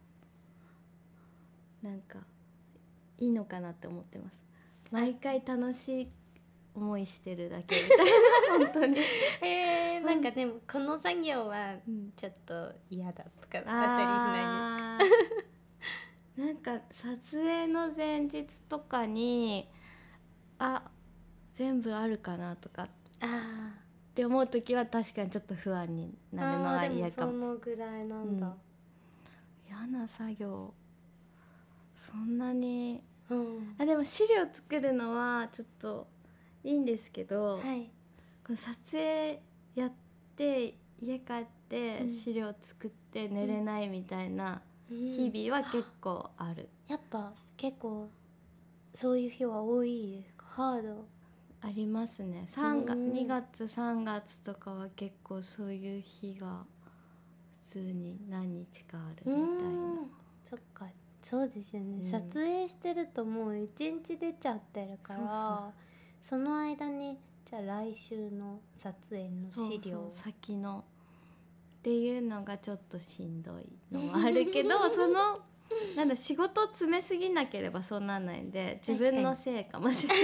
なんかいいのかなって思ってます。毎回楽しい思いしてるだけみたいな本当にえー、なんかでもこの作業はうんちょっと嫌だとかあったりしないですか？ あーなんか撮影の前日とかにあ全部あるかなとかっあて思う時は確かにちょっと不安にーなるのはあーでもそ嫌かも。 のぐらいなんだ。 うん嫌な作業そんなにうんあでも資料作るのはちょっといいんですけど、 はいこの撮影やって家帰ってうん資料作って寝れないみたいなうん日々は結構ある、 やっぱ結構そういう日は多いですか？ハード。 ありますね。さんがつうんにがつさんがつとかは結構そういう日が普通に何日かあるみたいな。 うんそっかそうですよね、 うん撮影してるともう一日出ちゃってるから、 そうそうその間にじゃあ来週の撮影のそう資料そう先のっていうのがちょっとしんどいのはあるけどそのなんだ仕事を詰めすぎなければそうなんないんで自分のせいかもしれない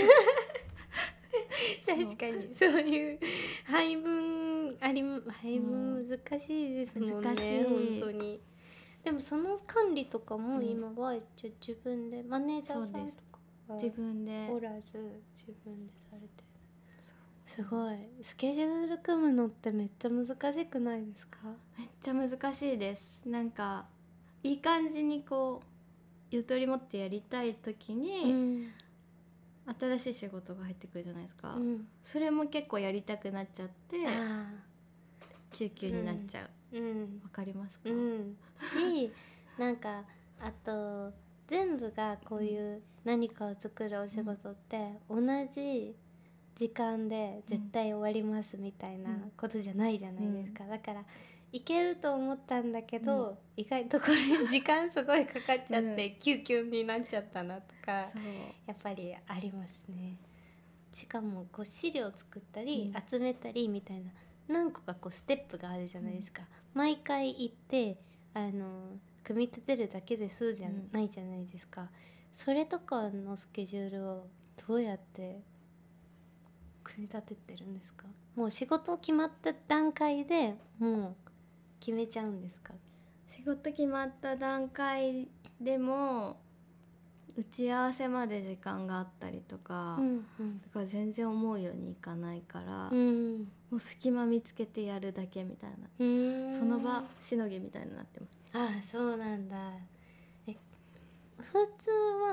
確かにそういう配分あり配分難しいですもんね、 難しい本当に。でもその管理とかも今は一応自分で、マネージャーさんとかは自分でおらず自分でされてる。すごいスケジュール組むのってめっちゃ難しくないですか？ めっちゃ難しいです。なんかいい感じにこうゆとり持ってやりたい時うに、 ん新しい仕事が入ってくるじゃないですか、 うんそれも結構やりたくなっちゃってあ救急になっちゃう。 ーうんわかりますか？ うんしなんかあと全部がこういう何かを作るお仕事って同じ時間で絶対終わりますみたいなことじゃないじゃないですか、だからいけると思ったんだけど、意外とこれ時間すごいかかっちゃって、 うん救急になっちゃったなとかそうやっぱりありますね。しかもこう資料作ったりうん集めたりみたいな何個かこうステップがあるじゃないですか、毎回行ってあの組み立てるだけで済むじゃないじゃないですか、それとかのスケジュールをどうやって組み立ててるんですか？もう仕事決まった段階でもう決めちゃうんですか？ 仕事決まった段階でも打ち合わせまで時間があったりとか、 うんうんだから全然思うようにいかないから、 うもんう隙間見つけてやるだけみたいな、 うーんその場しのぎみたいになってます。 ああそうなんだ。え普通は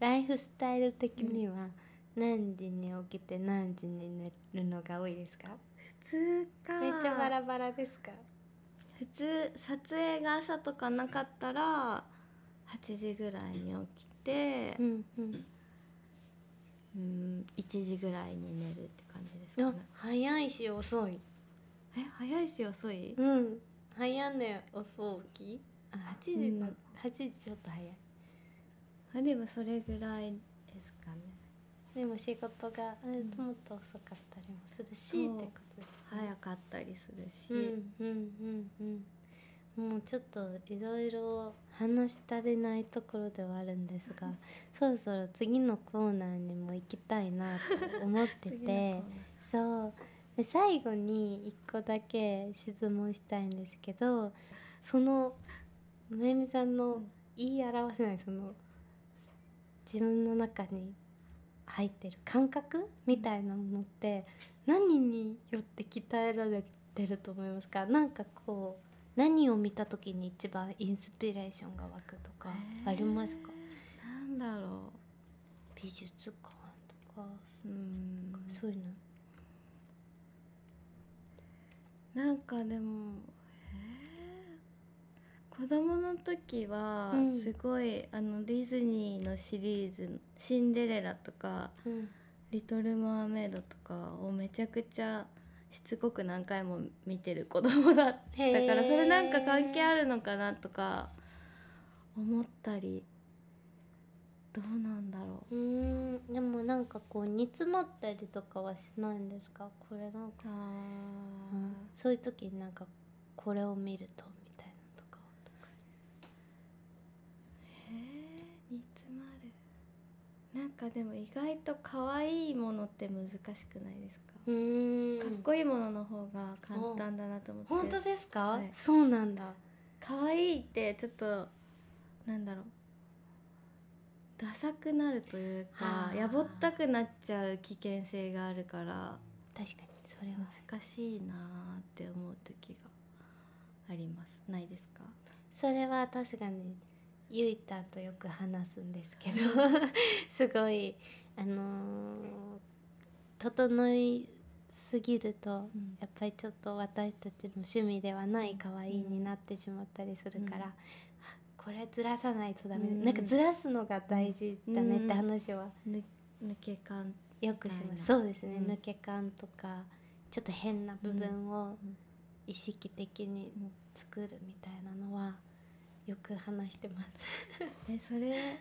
ライフスタイル的には何時に起きて何時に寝るのが多いですか？ 普通か。 めっちゃバラバラですか？ 普通撮影が朝とかなかったらはちじぐらいに起きて、 うんうんうんいちじぐらいに寝るって感じですかあね。 早いし遅い。 え早いし遅い？ うん早寝遅起きあはちじだ、 うんはちじちょっと早い。 あでもそれぐらいですかね。 でも仕事がうんともっと遅かったりもするし、 そうってことですね。 早かったりするし、 うんうんうんうんもうちょっといろいろ話し足りないところではあるんですがそろそろ次のコーナーにも行きたいなと思って次のコーてそうで最後にいっこだけ質問したいんですけど、そのまゆみさんの言い表せないその自分の中に入ってる感覚みたいなものって何によって鍛えられてると思いますか？なんかこう何を見た時に一番インスピレーションが湧くとかありますか？ えー、なんだろ美術館とかう。うんそういうの。 なんかでも、えー、子供の時はうんすごい、あのディズニーのシリーズ「シンデレラ」とかうん 「リトル・マーメイド」とかをめちゃくちゃしつこく何回も見てる子供だったからそれなんか関係あるのかなとか思ったり、どうなんだろうーんでもなんかこう煮詰まったりとかはしないんですか？これなんか、 う。あー、 うん、そういう時になんかこれを見るとみたいなとか。 えー、煮詰まる。なんかでも意外と可愛いものって難しくないですか？ うーんかっこいいものの方が簡単だなと思って。 本当ですか？ はいそうなんだ。 可愛いってちょっとなんだろうダサくなるというかあーやぼったくなっちゃう危険性があるから確かにそれは難しいなって思う時があります。ないですか？ それは確かにゆいたんとよく話すんですけどすごいあのー整いすぎると、 うんやっぱりちょっと私たちの趣味ではない可愛いになってしまったりするから、 うんあこれずらさないとダメ、 うんなんかずらすのが大事だねって話はぬ抜け感よくしみたいなます。そうですね、 うん抜け感とかちょっと変な部分をうん意識的に作るみたいなのはよく話してますえそれえ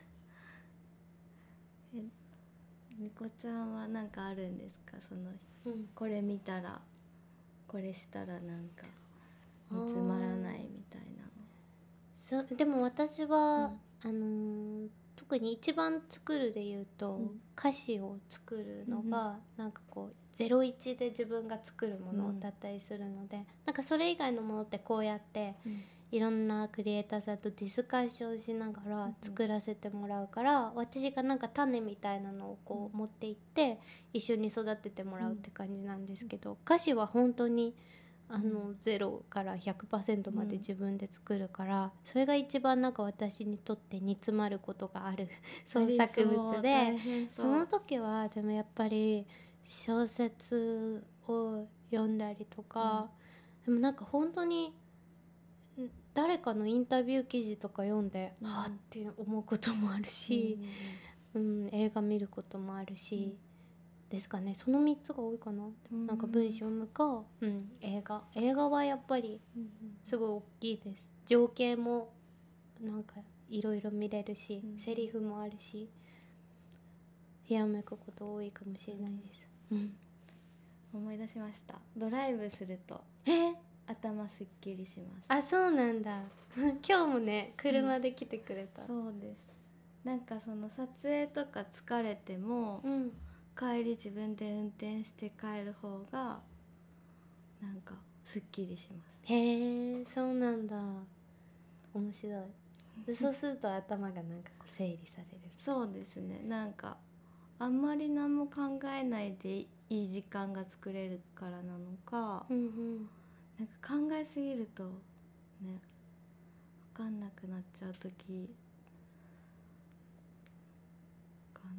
みこちゃんは何かあるんですか？そのうんこれ見たらこれしたらなんか煮詰まらないみたいなの。 そうでも私は、あのー特に一番作るで言うと、 うん歌詞を作るのが、なんかこうゼロイチで自分が作るものだったりするので、なんかそれ以外のものってこうやってうんいろんなクリエイターさんとディスカッションしながら作らせてもらうから、私がなんか種みたいなのをこう持っていって一緒に育ててもらうって感じなんですけど、歌詞は本当にあのゼロからひゃくパーセントまで自分で作るから、それが一番なんか私にとって煮詰まることがある創作物で、その時はでもやっぱり小説を読んだりとか、でもなんか本当に誰かのインタビュー記事とか読んで、 うんはあって思うこともあるし、うん映画見ることもあるし、ですかね。そのみっつが多いかな。 うんなんか文章読むか、うん、映画映画はやっぱりすごい大きいです。情景もなんかいろいろ見れるし、 うんセリフもあるし、ひらめくこと多いかもしれないです。うん、 思い出しました。ドライブするとえ頭すっきりします。 あそうなんだ今日もね車で来てくれた。 そうです。なんかその撮影とか疲れても、 うん帰り自分で運転して帰る方がなんかすっきりします。 へえそうなんだ面白いでそうすると頭がなんかこう整理される。 そうですね。なんかあんまり何も考えないでいい時間が作れるからなのか、 うんうんなんか考えすぎるとね分かんなくなっちゃう時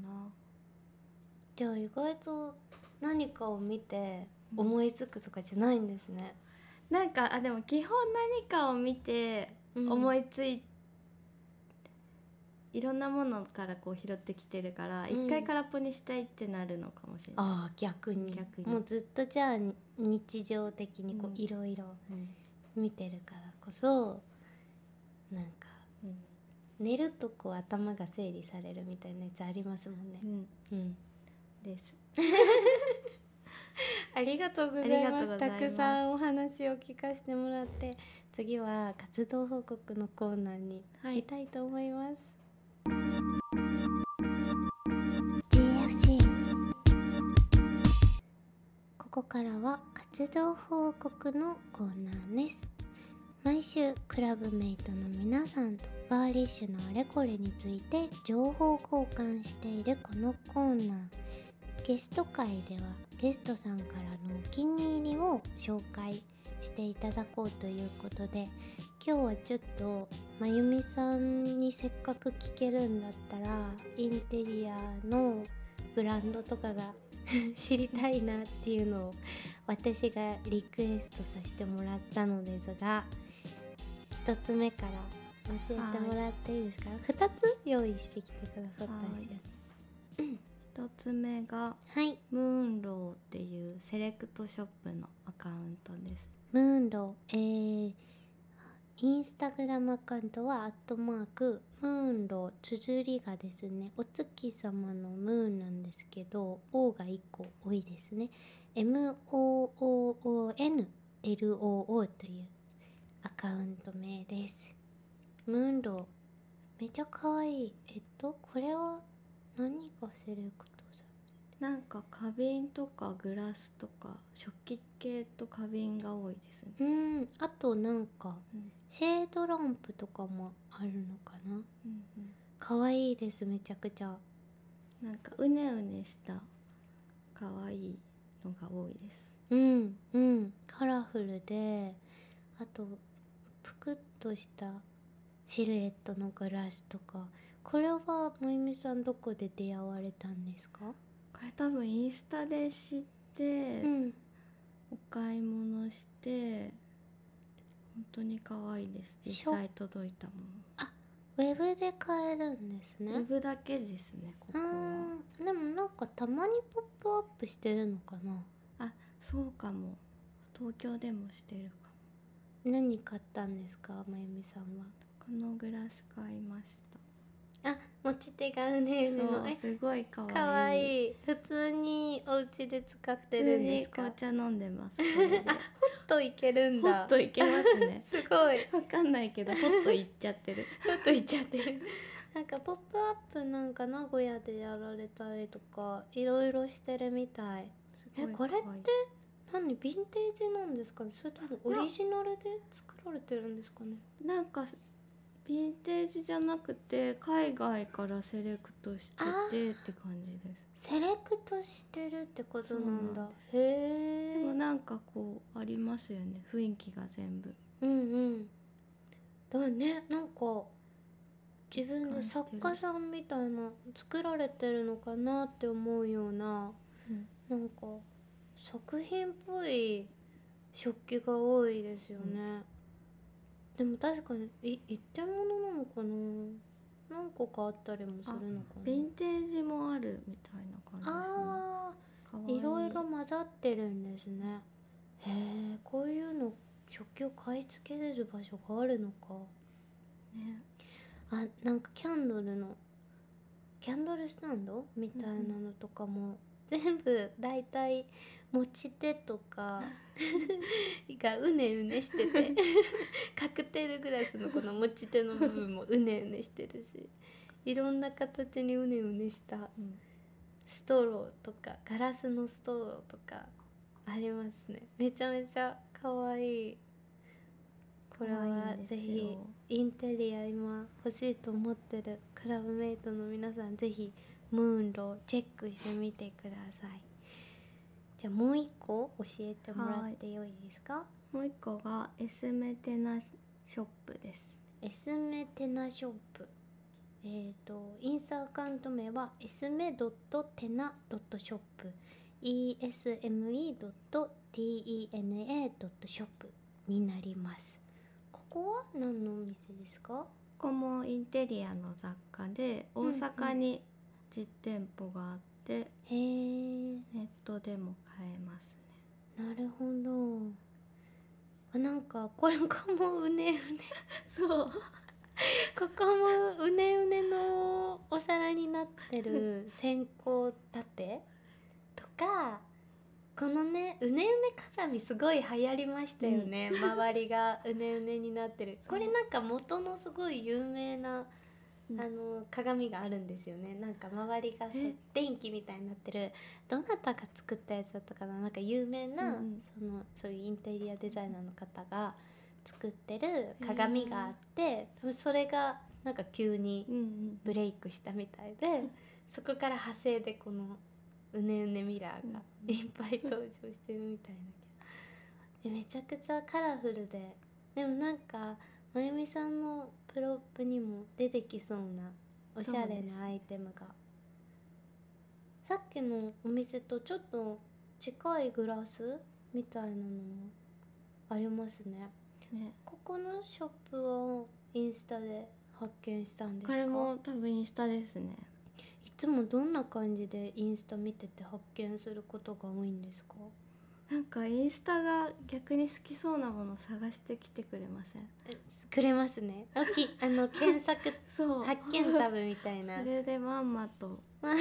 な。 じゃあ意外と何かを見て思いつくとかじゃないんですね。 なんかあでも基本何かを見て思いつい、うん、いろんなものからこう拾ってきてるから、うん、一回空っぽにしたいってなるのかもしれない。 ああ逆に逆にもうずっとじゃあ日常的にこういろいろ見てるからこそ、うん、なんか、うん、寝るとこう頭が整理されるみたいなやつありますもんね。うん、うん、 ですありがとうございます。たくさんお話を聞かせてもらって、次は活動報告のコーナーに行きたいと思います。はい、ジーエフシー ここからは活動報告のコーナーです。毎週クラブメイトの皆さんとガーリッシュのあれこれについて情報交換しているこのコーナー。ゲスト会ではゲストさんからのお気に入りを紹介していただこうということで、今日はちょっとまゆみさんにせっかく聞けるんだったらインテリアのブランドとかが知りたいなっていうのを私がリクエストさせてもらったのですが、ひとつめから教えてもらっていいですか？ふたつ用意してきてくださったんですよね。 一つ目が、はい、ムーンローっていうセレクトショップのアカウントです。 ムーンロー、えー、インスタグラムアカウントはアットマークムーンロー、綴りがですねお月様のムーンなんですけど O がいっこ多いですね。 エムオーオーオーエヌエルオーオー というアカウント名です。ムーンローめちゃ可愛い。えっとこれは何がセレクトされて、なんか花瓶とかグラスとか食器系と花瓶が多いですね。 うん、あとなんか、うん、シェードランプとかもあるのかな。うんうん、可愛いですめちゃくちゃ。 なんかうねうねした可愛いのが多いです。 うんうん、カラフルで、あとぷくっとしたシルエットのグラスとか。これはまゆみさんどこで出会われたんですか？ これ多分インスタで知って、うん、お買い物して本当に可愛いです。実際届いたもの。 あ、ウェブで買えるんですね。 ウェブだけですねここは。 でもなんかたまにポップアップしてるのかな。 あ、そうかも。東京でもしてるかも。何買ったんですかまゆみさんは？ このグラス買いました。 あ、持ち手がうねうねの。 そう、すごい可愛い。 可愛い。普通にお家で使ってるんですか？ 普通に紅茶飲んでます。 あ、ホッといけるんだ。 ホッといけますね。 すごい。 わかんないけどホッといっちゃってる。 ホッといっちゃってる。なんかポップアップなんか名古屋でやられたりとかいろいろしてるみたい。え、これって何ヴィンテージなんですかね？それともオリジナルで作られてるんですかね？ なんかヴィンテージじゃなくて海外からセレクトしててって感じです。 セレクトしてるってことなんだ。へえ。 でもなんかこうありますよね、雰囲気が全部。 うんうん。だね、なんか自分で作家さんみたいな作られてるのかなって思うような、うん、なんか作品っぽい食器が多いですよね。うん、でも確かにい一点物なのかな。何個かあったりもするのかな。 ヴィンテージもあるみたいな感じですね。ああ、いろいろ混ざってるんですね。へえ、こういうの食器を買い付けれる場所があるのかね。あ、なんかキャンドルのキャンドルスタンドみたいなのとかも、うん、全部だいたい持ち手とかがうねうねしててカクテルグラスのこの持ち手の部分もうねうねしてるし、いろんな形にうねうねしたストローとかガラスのストローとかありますね。めちゃめちゃかわいい。これはぜひインテリア今欲しいと思ってるクラブメイトの皆さん、ぜひムーンローチェックしてみてください。じゃあもう一個教えてもらってよいですか？ もう一個がエスメテナショップです。 エスメテナショップ、 えーとインスタアカウント名は エスメ ドット テナ ドット ショップ イーエスエムイー ドット ティーイーエヌエー ドット ショップになります。ここは何のお店ですか？ ここもインテリアの雑貨で大阪に実店舗があって、うんうん、 へー、 ネットでも買えますね。なるほど。あ、なんかこれこもうねうねそうここもうねうねのお皿になってる線香立てとか、このねうねうね鏡すごい流行りましたよね、うん、周りがうねうねになってるこれなんか元のすごい有名なあの鏡があるんですよね。なんか周りが電気みたいになってる、どなたが作ったやつだったかな、なんか有名な、うん、そのそういうインテリアデザイナーの方が作ってる鏡があって、多分それがなんか急にブレイクしたみたいで、うんうん、そこから派生でこのうねうねミラーがいっぱい登場してるみたいだけど、めちゃくちゃカラフルで、でもなんかまゆみさんのプロップにも出てきそうなおしゃれなアイテムが、さっきのお店とちょっと近いグラスみたいなのもありますね。ね、ここのショップはインスタで発見したんですか？ これも多分インスタですね。 いつもどんな感じでインスタ見てて発見することが多いんですか？ なんかインスタが逆に好きそうなものを探してきてくれません？ くれますね。あきあの検索そう発見タブみたいなそれでまんまと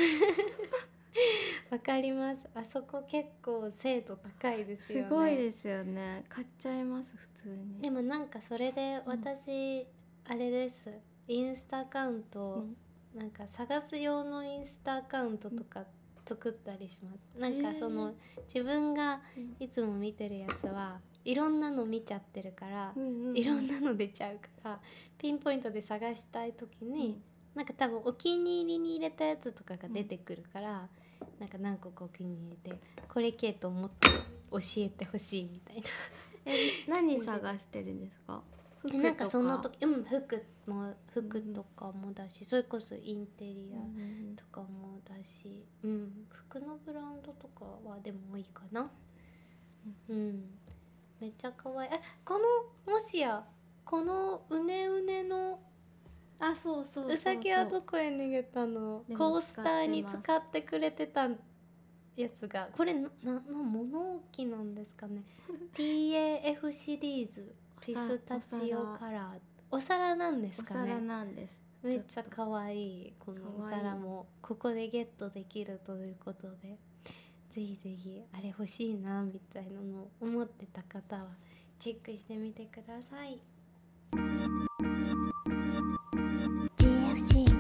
わかります。あそこ結構精度高いですよね。 すごいですよね。買っちゃいます普通に。 でもなんかそれで私、うん、あれです、インスタアカウント、うん、なんか探す用のインスタアカウントとか作ったりします、うん、なんかその、えー、自分がいつも見てるやつはいろんなの見ちゃってるから、うんうんうん、いろんなの出ちゃうからピンポイントで探したい時に、うん、なんか多分お気に入りに入れたやつとかが出てくるから、うん、なんか何個かお気に入りでこれ系と思って教えてほしいみたいなえ何探してるんですか？ 服なんかその時、うん、服も服とかもだし、うん、それこそインテリアとかもだし、うん、服のブランドとかはでもいいかな、うん、うん、めっちゃ可愛い。え、このもしやこのうねうねのあ、そうそうそうそう、 うさぎはどこへ逃げたのコースターに使ってくれてたやつがこれなな物置なんですかねティーエーエフ シリーズピスタチオカラーお皿なんですかね。 お皿なんです。 めっちゃ可愛い。このお皿もここでゲットできるということで、ぜひぜひあれ欲しいなみたいなのを思ってた方はチェックしてみてください。 ジーエフシー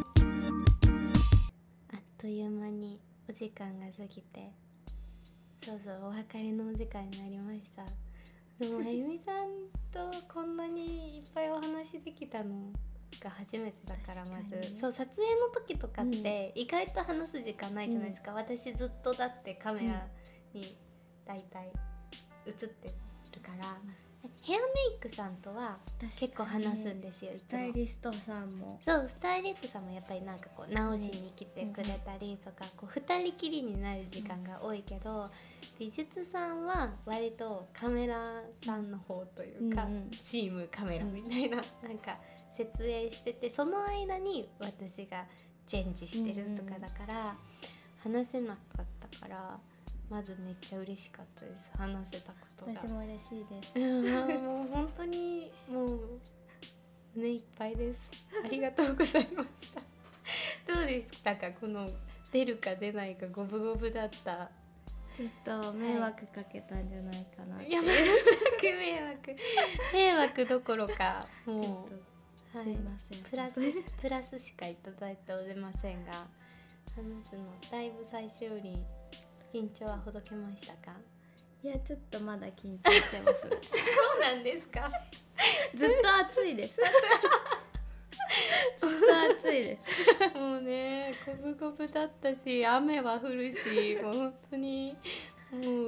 あっという間にお時間が過ぎて、そうそうお別れのお時間になりました。でもあゆみさんとこんなにいっぱいお話できたのが初めてだから、まずそう撮影の時とかって意外と話す時間ないじゃないですか、うん、私ずっとだってカメラにだいたい映ってるから、うん、ヘアメイクさんとは結構話すんですよ。いつもスタイリストさんもそうスタイリストさんもやっぱりなんかこう直しに来てくれたりとか、こうふたりきりになる時間が多いけど、美術さんは割とカメラさんの方というか、うんうん、チームカメラみたいな、うん、なんか設営してて、その間に私がチェンジしてるとかだから、うんうん、話せなかったからまずめっちゃ嬉しかったです。話せたことが私も嬉しいです、 うん、もう本当にもう胸いっぱいです。ありがとうございましたどうでしたか、この出るか出ないか五分五分だったちょっと迷惑かけたんじゃないかな、はい、 いや全く迷惑迷惑どころかもうちょっと、はい、すいません、 プラスプラスしかいただいておりませんが、話すのだいぶ最終に緊張はほどけましたか？ いやちょっとまだ緊張してますそうなんですかずっと暑いですずっと暑いですもうね五分五分だったし雨は降るしもう本当にもう来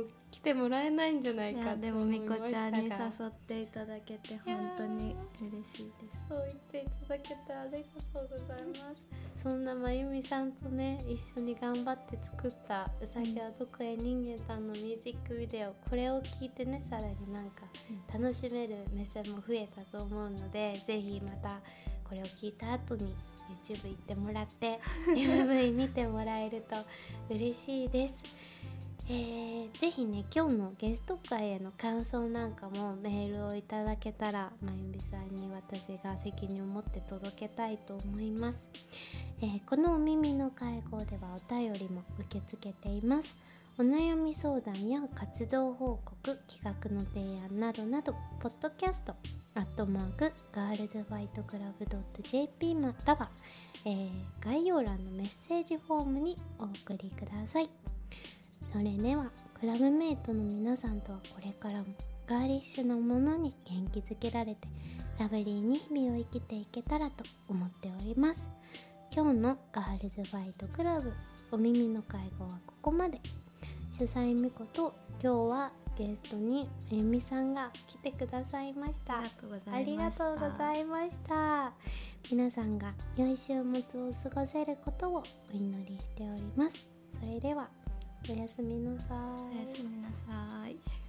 てもらえないんじゃないいかってやでもみ思いましたが、 こちゃんに誘っていただけて本当に嬉しいです。 そう言っていただけてありがとうございます。そんなまゆみさんとね一緒に頑張って作ったうさぎはどこへ人間さんのミュージックビデオ、これを聞いてねさらになんか楽しめる目線も増えたと思うので、ぜひまたこれを聞いた後に YouTube 行ってもらってエムブイ 見てもらえると嬉しいです。えー、ぜひね今日のゲスト会への感想なんかもメールをいただけたらまゆみさんに私が責任を持って届けたいと思います。えー、このお耳の会合ではお便りも受け付けています。お悩み相談や活動報告、企画の提案などなどポッドキャストアットマークガールズファイトクラブドットジェーピー または、えー、概要欄のメッセージフォームにお送りください。それではクラブメイトの皆さんとはこれからもガーリッシュなものに元気づけられてラブリーに日々を生きていけたらと思っております。今日のガールズファイトクラブお耳の会合はここまで。主催みこと今日はゲストにあゆみさんが来てくださいました。 ありがとうございました。 ありがとうございました。皆さんが良い週末を過ごせることをお祈りしております。それではおやすみなさい。 おやすみなさい。